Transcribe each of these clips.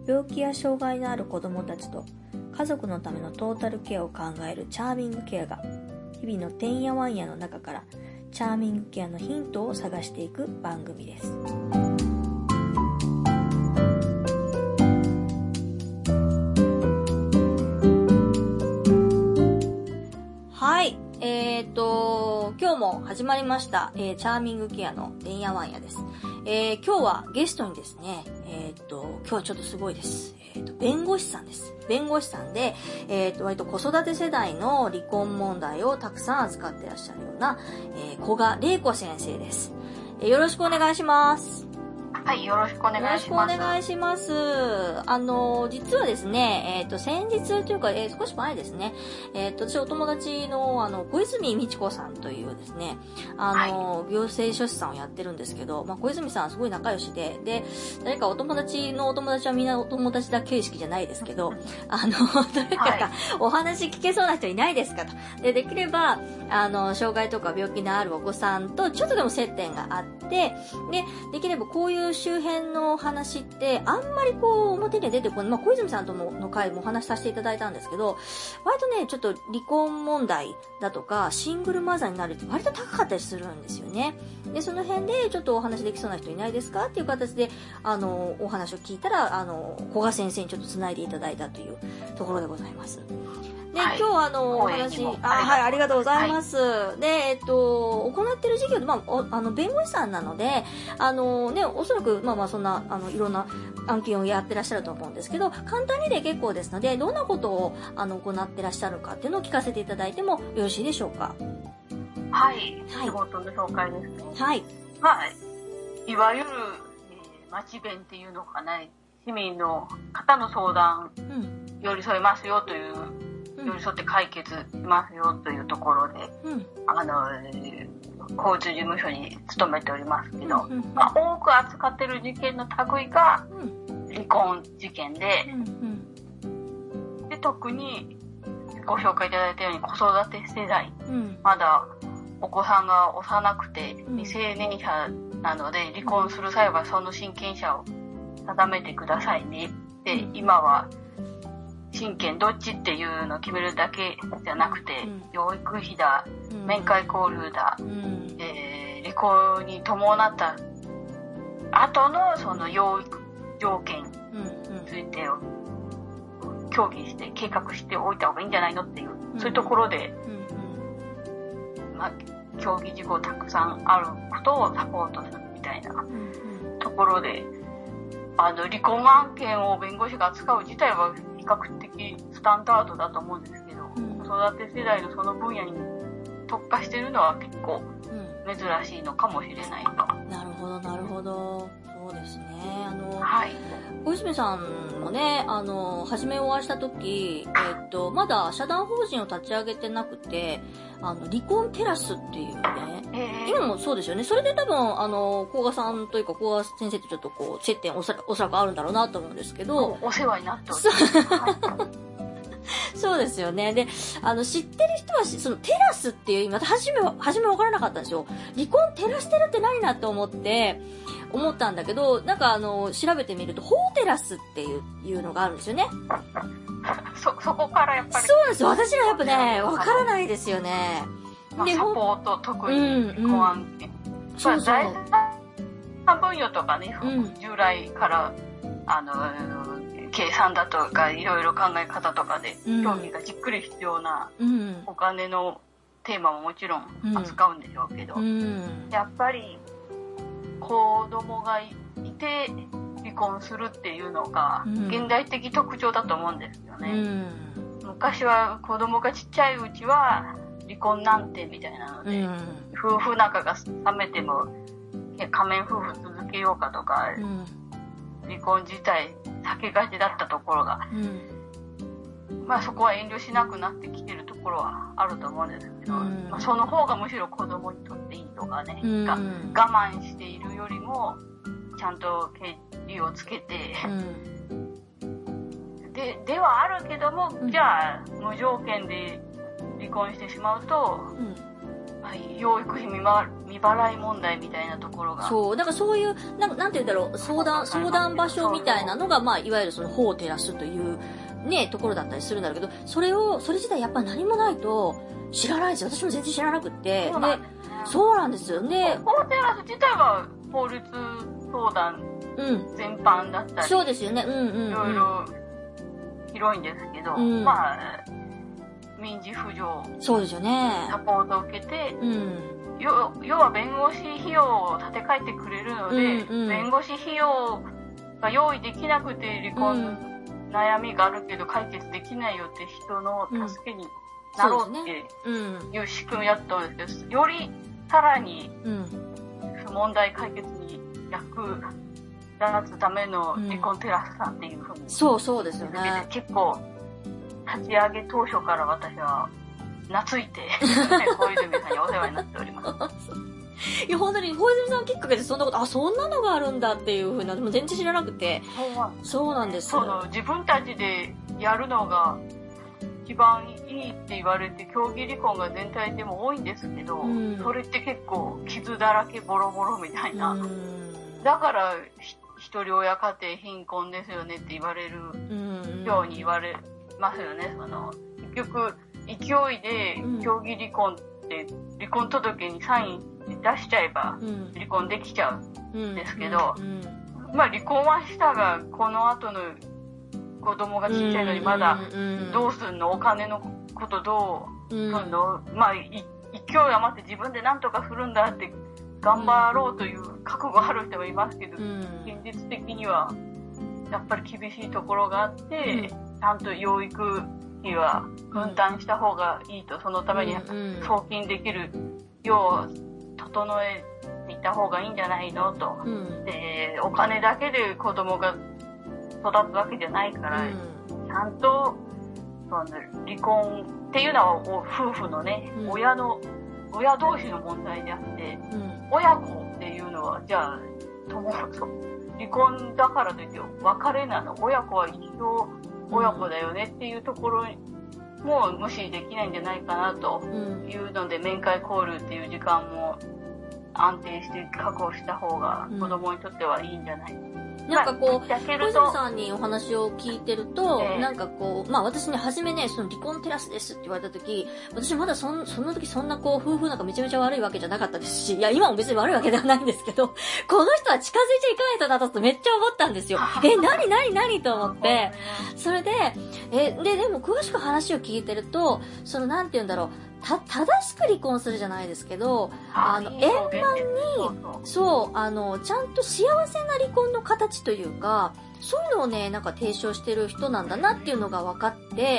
病気や障害のある子どもたちと家族のためのトータルケアを考えるチャーミングケアが、日々のてんやわんやの中からチャーミングケアのヒントを探していく番組です。はい、今日も始まりました、チャーミングケアのてんやわんやです。今日はゲストにですね、今日はちょっとすごいです。弁護士さんです。弁護士さんで、割と子育て世代の離婚問題をたくさん扱っていらっしゃるような、古賀玲子先生です。よろしくお願いします。 はい、よろしくお願いします。 よろしくお願いします。実はですね、先日というか、少し前ですね、私お友達の、小泉美智子さんというですね、行政書士さんをやってるんですけど、小泉さんすごい仲良しで、誰かお友達のお友達はみんなお友達だ形式じゃないですけど、誰かがお話聞けそうな人いないですかと。できれば、障害とか病気のあるお子さんとちょっとでも接点があって、できればこういう周辺の話ってあんまり表には出てこない。小泉さんとの回もお話しさせていただいたんですけど、割とね、ちょっと離婚問題だとか、シングルマザーになるって割と高かったりするんですよね。で、その辺でちょっとお話できそうな人いないですかっていう形で、お話を聞いたら、古賀先生にちょっと繋いでいただいたというところでございます。で、はい、今日お話、ありがとうございます。はい、で、行ってる授業で、弁護士さんなので、おそらく、そんな、いろんな案件をやってらっしゃると思うんですけど、簡単にで結構ですので、どんなことを、行ってらっしゃるかっていうのを聞かせていただいてもよろしいでしょうか。 はい。仕事の紹介ですね。 はい。 いわゆる、町弁っていうのかな、市民の方の相談、寄り添いますよという、寄り添って解決しますよというところで、交通事務所に勤めておりますけど、多く扱っている事件の類が離婚事件で、で特にご紹介いただいたように子育て世代、まだお子さんが幼くて未成年者なので、離婚する際はその親権者を定めてくださいねって、今は親権どっちっていうのを決めるだけじゃなくて、養育費だ、面会交流だ、離婚に伴った後のその養育条件についてを協議して計画しておいた方がいいんじゃないのっていう、そういうところで、協議事項たくさんあることをサポートするみたいなところで、離婚案件を弁護士が扱う自体は比較的スタンダードだと思うんですけど、子育て世代のその分野に特化しているのは結構珍しいのかもしれないと。 なるほど、なるほど。そうですね。 はい。 小泉さんもね、初めお会いした時、まだ社団法人を立ち上げてなくて、離婚テラスっていうね、今もそうですよね。それで多分、古賀さんというか、古賀先生とちょっと接点おそらくあるんだろうなと思うんですけど。 お世話になっております。 そうですよね。で、知ってる人は、そのテラスっていう、今、初め分からなかったんですよ。離婚照らしてるって何なって思ったんだけど、調べてみると、法テラスっていうのがあるんですよね。 そこからやっぱり。 そうです。私らやっぱね、分からないですよね。 で、サポート、特に離婚案件。そう。財産分与とかね、従来から、計算だとかいろいろ考え方とかで興味がじっくり必要なお金のテーマももちろん扱うんでしょうけど、やっぱり子供がいて離婚するっていうのが現代的特徴だと思うんですよね。昔は子供がちっちゃいうちは離婚なんてみたいなので、夫婦仲が冷めても仮面夫婦続けようかとか、離婚自体避けがちだったところが、そこは遠慮しなくなってきてるところはあると思うんですけど、その方がむしろ子供にとっていいとかね、我慢しているよりもちゃんとケリをつけて、ではあるけども、じゃあ無条件で離婚してしまうと、 養育費未払い問題みたいなところが。 そう。だからそういう、なんて言うんだろう、相談場所みたいなのが、まあ、いわゆるその法を照らすという、ね、ところだったりするんだけど、それ自体やっぱ何もないと知らないですよ。私も全然知らなくって。そうなんですよね。 法を照らす自体は法律相談全般だったり、 そうですよね。 いろいろ広いんですけど、まあ、民事扶助、 そうですよね。 サポートを受けて、要は弁護士費用を立て替えてくれるので、弁護士費用が用意できなくて離婚、悩みがあるけど解決できないよって人の助けになろうっていう仕組みだったんですけど、よりさらに問題解決に役立つための離婚テラスさんっていうふうに、 そうですよね。 結構立ち上げ当初から私は懐いて小泉さんにお世話になっております。 いや本当に小泉さんきっかけでそんなこと、そんなのがあるんだっていうふうな、でも全然知らなくて。そうなんです。 自分たちでやるのが一番いいって言われて、協議離婚が全体でも多いんですけど、それって結構傷だらけボロボロみたいな。だから一人親家庭貧困ですよねって言われるように言われますよね。結局勢いで協議離婚って離婚届にサイン出しちゃえば離婚できちゃうんですけど、まあ離婚はしたがこの後の子供がちっちゃいのにまだどうすんの、お金のことどうすんの、まあ勢い余って自分で何とかするんだって頑張ろうという覚悟ある人もいますけど、現実的にはやっぱり厳しいところがあって、ちゃんと養育費は分担した方がいいと、そのために送金できるよう整えていた方がいいんじゃないのと、でお金だけで子供が育つわけじゃないから、ちゃんと離婚っていうのは夫婦のね、親同士の問題であって、親子っていうのはじゃあ離婚だからといって別れなの、親子は一生親子だよねっていうところも無視できないんじゃないかなというので、面会交流っていう時間も安定して確保した方が子供にとってはいいんじゃないか。 なんかこう、小泉さんにお話を聞いてると、なんかこう、まあ私ね、初めね、その離婚テラスですって言われた時、私まだその時そんなこう、夫婦なんかめちゃめちゃ悪いわけじゃなかったですし、いや、今も別に悪いわけではないんですけど、この人は近づいちゃいけない人だとめっちゃ思ったんですよ。何と思って。それで、でも詳しく話を聞いてると、なんて言うんだろう、正しく離婚するじゃないですけど、円満に、そう、ちゃんと幸せな離婚の形というか、そういうのをね、なんか提唱してる人なんだなっていうのが分かって、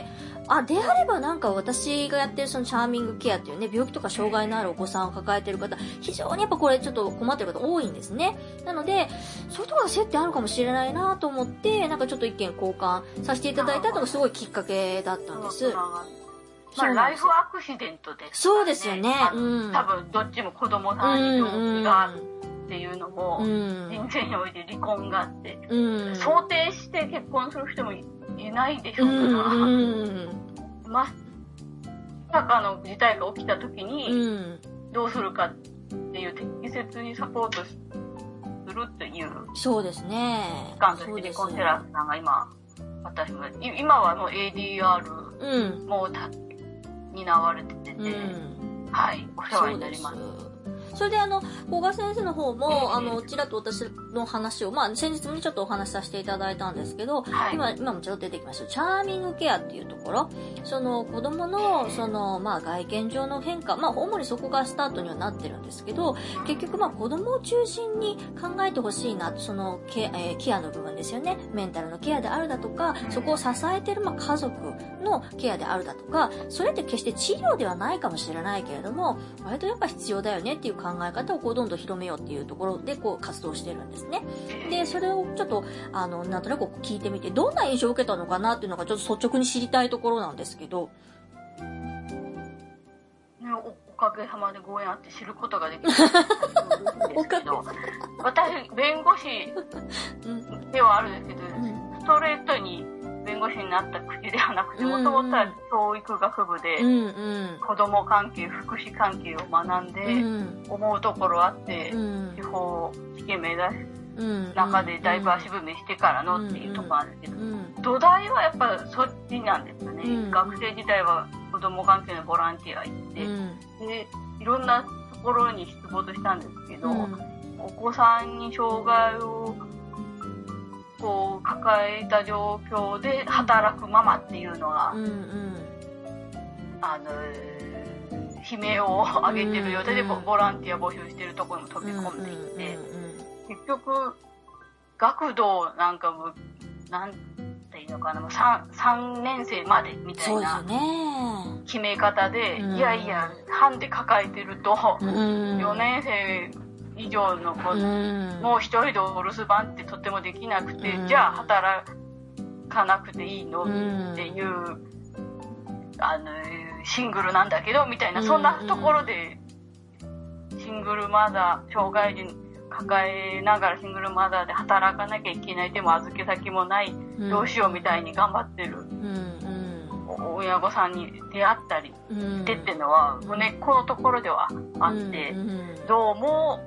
であればなんか私がやってるそのチャーミングケアっていうね、病気とか障害のあるお子さんを抱えてる方、非常にやっぱこれちょっと困ってる方多いんですね。なので、そういうところが接点あるかもしれないなと思って、なんかちょっと意見交換させていただいたのがすごいきっかけだったんです。 まあ、ライフアクシデントです、ね。 そうですよね。 多分、どっちも子供さんに病気があるっていうのも、人生において離婚があって、想定して結婚する人もいないでしょうから、まさかの事態が起きた時に、どうするかっていう適切にサポートするっていう。 そうですね。 機関として離婚テラスさんが私も、今はもう ADR も担われてて、はい、お世話になります。 それで古賀先生の方も、ちらっと私の話を、まあ、先日もちょっとお話しさせていただいたんですけど、今もちょっと出てきました。チャーミングケアっていうところ、子供の、まあ、外見上の変化、まあ、主にそこがスタートにはなってるんですけど、結局、まあ、子供を中心に考えてほしいな、ケアの部分ですよね。メンタルのケアであるだとか、そこを支えてる、まあ、家族のケアであるだとか、それって決して治療ではないかもしれないけれども、割とやっぱ必要だよねっていう考え方をどんどん広めようっていうところで活動してるんですね。で、それをちょっとなんとなく聞いてみて、どんな印象を受けたのかなっていうのがちょっと率直に知りたいところなんですけど。 おかげさまでご縁あって知ることができるんですけど、私弁護士ではあるんですけど、ストレートに弁護士になった口ではなくて、もともとは教育学部で子供関係、福祉関係を学んで、思うところあって、司法試験目指す中でダイバーシブ目してからのっていうところなんですけど、土台はやっぱそっちなんですよね。学生時代は子供関係のボランティア行って、で、いろんなところに出没したんですけど、お子さんに障害をこう抱えた状況で働くママっていうのが、悲鳴を上げてるようで、ボランティア募集してるところにも飛び込んでいって、結局学童なんかもなんていうのかな、3年生までみたいな決め方で、いやいやハンデ抱えてると4年生以上の子、もう一人でお留守番ってとてもできなくて、じゃあ働かなくていいのっていう、シングルなんだけどみたいな、そんなところでシングルマザー、障害児抱えながらシングルマザーで働かなきゃいけない、でも預け先もない、どうしようみたいに頑張ってる親御さんに出会ったりしてっていうのは根っこのところではあって、どうも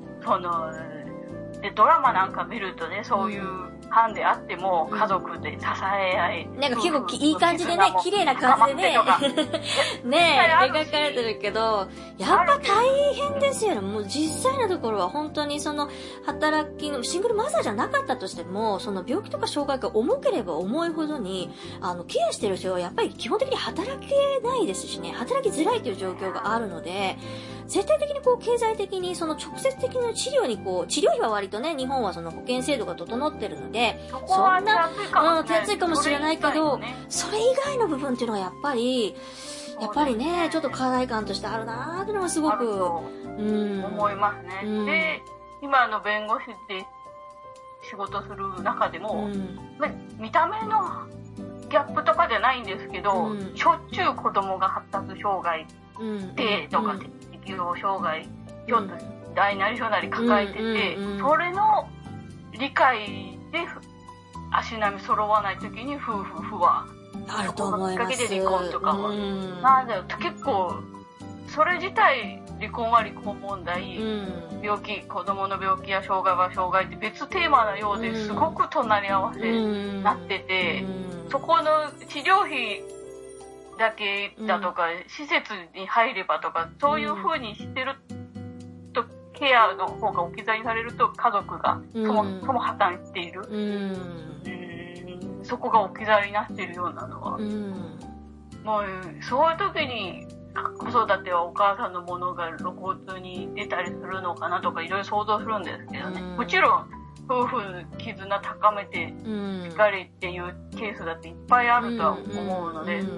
でドラマなんか見るとね、そういう班であっても家族で支え合い、 なんか結構いい感じでね、綺麗な感じでねね描かれてるけど、やっぱ大変ですよね。もう実際のところは本当にその働きのシングルマザーじゃなかったとしても、その病気とか障害が重ければ重いほどにケアしてる人はやっぱり基本的に働けないですしね、働きづらいという状況があるので、絶対的にこう経済的にその直接的な治療にこう、治療費は割とね、日本はその保険制度が整ってるので、そんな手厚いかもしれないけど、それ以外の部分っていうのはやっぱりね、ちょっと課題感としてあるなーっていうのがすごく思いますね。で、今の弁護士で仕事する中でも、見た目のギャップとかじゃないんですけど、しょっちゅう子供が発達障害でとかで、適応障害ちょっと大なり小なり抱えてて、それの理解で足並み揃わない時に夫婦不和あると思います。 きっかけで離婚とかも、なんだよ、結構それ自体離婚は離婚問題、病気、子供の病気や障害は障害って別テーマのようですごく隣り合わせになってて、そこの治療費だけだとか、施設に入ればとか、そういう風にしてると、ケアの方が置き去りにされると、家族がそも破綻している。そこが置き去りになっているようなのは。もう、そういう時に、子育てはお母さんのものが露骨に出たりするのかなとか、いろいろ想像するんですけどね。もちろん、夫婦絆高めて、しっかりっていうケースだっていっぱいあるとは思うので、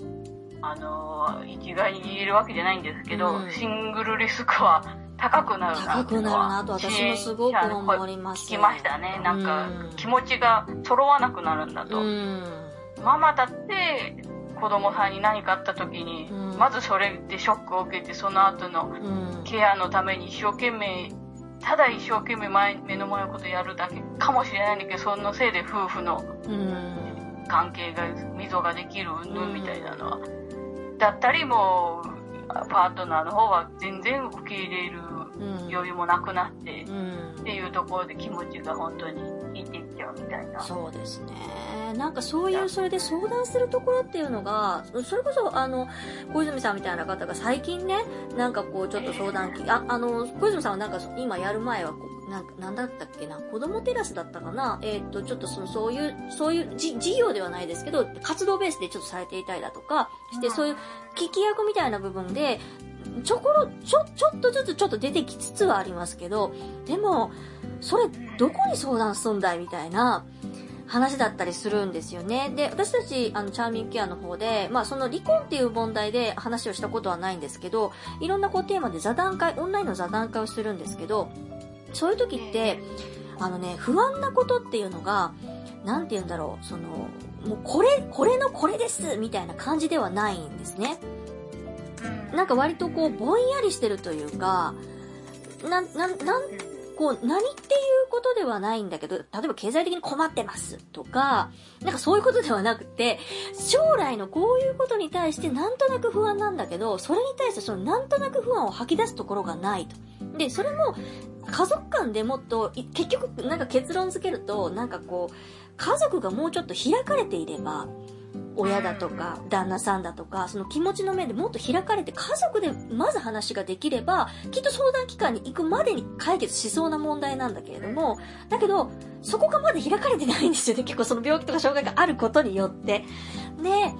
一概に言えるわけじゃないんですけど、シングルリスクは高くなるなと私もすごく思います。 聞きましたね。なんか気持ちが揃わなくなるんだと。ママだって子供さんに何かあった時に、まずそれでショックを受けて、その後のケアのためにただ一生懸命目の前のことやるだけかもしれないんだけど、そのせいで夫婦の関係が溝ができる云々みたいなのは、だったりもパートナーの方は全然受け入れる余裕もなくなって、っていうところで気持ちが本当に引いていっちゃうみたいな。 そうですね。なんかそれで相談するところっていうのが、それこそ小泉さんみたいな方が最近ね、なんかこうちょっと相談小泉さんはなんか今やる前はなんだったっけな、子供テラスだったかな、ちょっとそういう事業ではないですけど、活動ベースでちょっとされていたりだとかして、そういう聞き役みたいな部分で、ちょっとずつちょっと出てきつつはありますけど、でも、それどこに相談すんだいみたいな話だったりするんですよね。で、私たち、チャーミングケアの方で、その離婚っていう問題で話をしたことはないんですけど、いろんなテーマでオンラインの座談会をするんですけど、そういう時って、不安なことっていうのが、なんて言うんだろう、もうこれですみたいな感じではないんですね。なんか割とこう、ぼんやりしてるというか、 こう、何っていうことではないんだけど、例えば経済的に困ってますとか、なんかそういうことではなくて、将来のこういうことに対してなんとなく不安なんだけど、それに対してそのなんとなく不安を吐き出すところがないと。で、それも家族間でもっと、結局なんか結論付けると、なんかこう、家族がもうちょっと開かれていれば、親だとか旦那さんだとかその気持ちの面でもっと開かれて家族でまず話ができればきっと相談機関に行くまでに解決しそうな問題なんだけれども、だけどそこがまだ開かれてないんですよね。結構その病気とか障害があることによってね、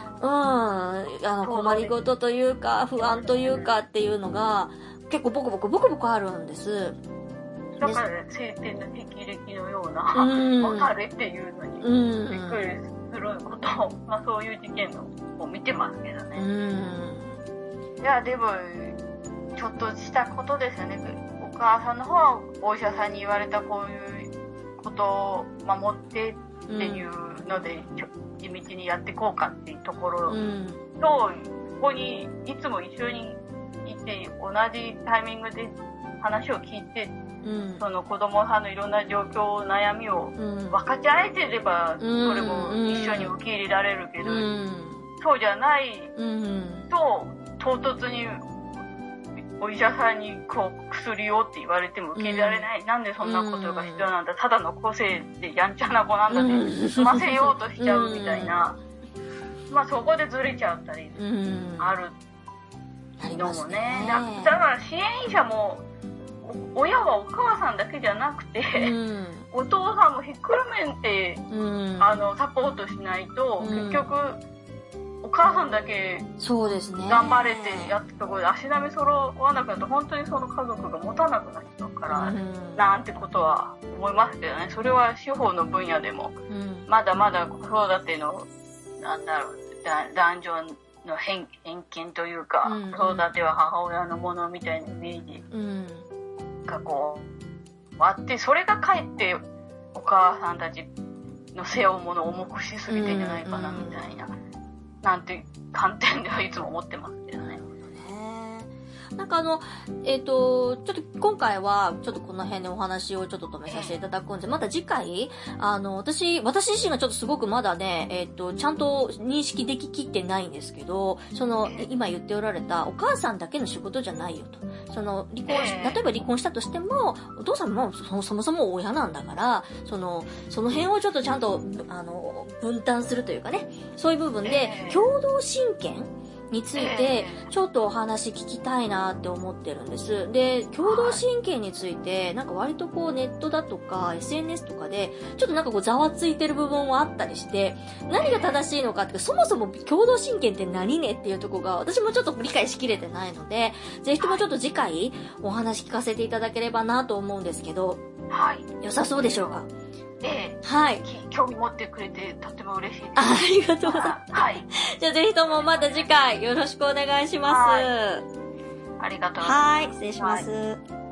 困りごとというか不安というかっていうのが結構ボコボコあるんです。 だから晴天の霹靂のような別れっていうのにびっくりすることを、まあ、そういう事件を見てますけどね。いやでもちょっとしたことですよね。お母さんの方はお医者さんに言われたこういうことを守ってっていうので、地道にやっていこうかっていうところと、ここにいつも一緒にいて同じタイミングで話を聞いて、その子供さんのいろんな状況悩みを分かち合えてれば、それも一緒に受け入れられるけど、そうじゃないと唐突にお医者さんにこう薬をって言われても受け入れられない、なんでそんなことが必要なんだ、ただの個性でやんちゃな子なんだって済ませようとしちゃうみたいな、まあそこでずれちゃったりあるのもね。だから支援者も親はお母さんだけじゃなくて、お父さんもひっくるめて、サポートしないと、結局お母さんだけ頑張れてやったところで足並み揃わなくなると本当にその家族が持たなくなっちゃうから、なんてことは思いますけどね。それは司法の分野でも、まだまだ子育ての男女の偏見というか、子育ては母親のものみたいなイメージがこうあって、それがかえってお母さんたちの背負うものを重くしすぎてんじゃないかなみたいな、なんて観点ではいつも思ってますけどね。 なんかちょっと今回はちょっとこの辺でお話をちょっと止めさせていただくんで、また次回私自身がちょっとすごくまだねちゃんと認識でききってないんですけど、その今言っておられたお母さんだけの仕事じゃないよと、その例えば離婚したとしてもお父さんもそもそも親なんだから、その辺をちょっとちゃんと分担するというかね、そういう部分で共同親権についてちょっとお話聞きたいなって思ってるんです。で、共同親権についてなんか割とこうネットだとか SNS とかでちょっとなんかこうざわついてる部分もあったりして、何が正しいのかって、そもそも共同親権って何ねっていうところが私もちょっと理解しきれてないので、ぜひともちょっと次回お話聞かせていただければなと思うんですけど、良さそうでしょうか？ はい。興味持ってくれてとても嬉しいです。 ありがとうございます。はい。じゃあぜひともまた次回よろしくお願いします。 ありがとうございます。 はい、失礼します。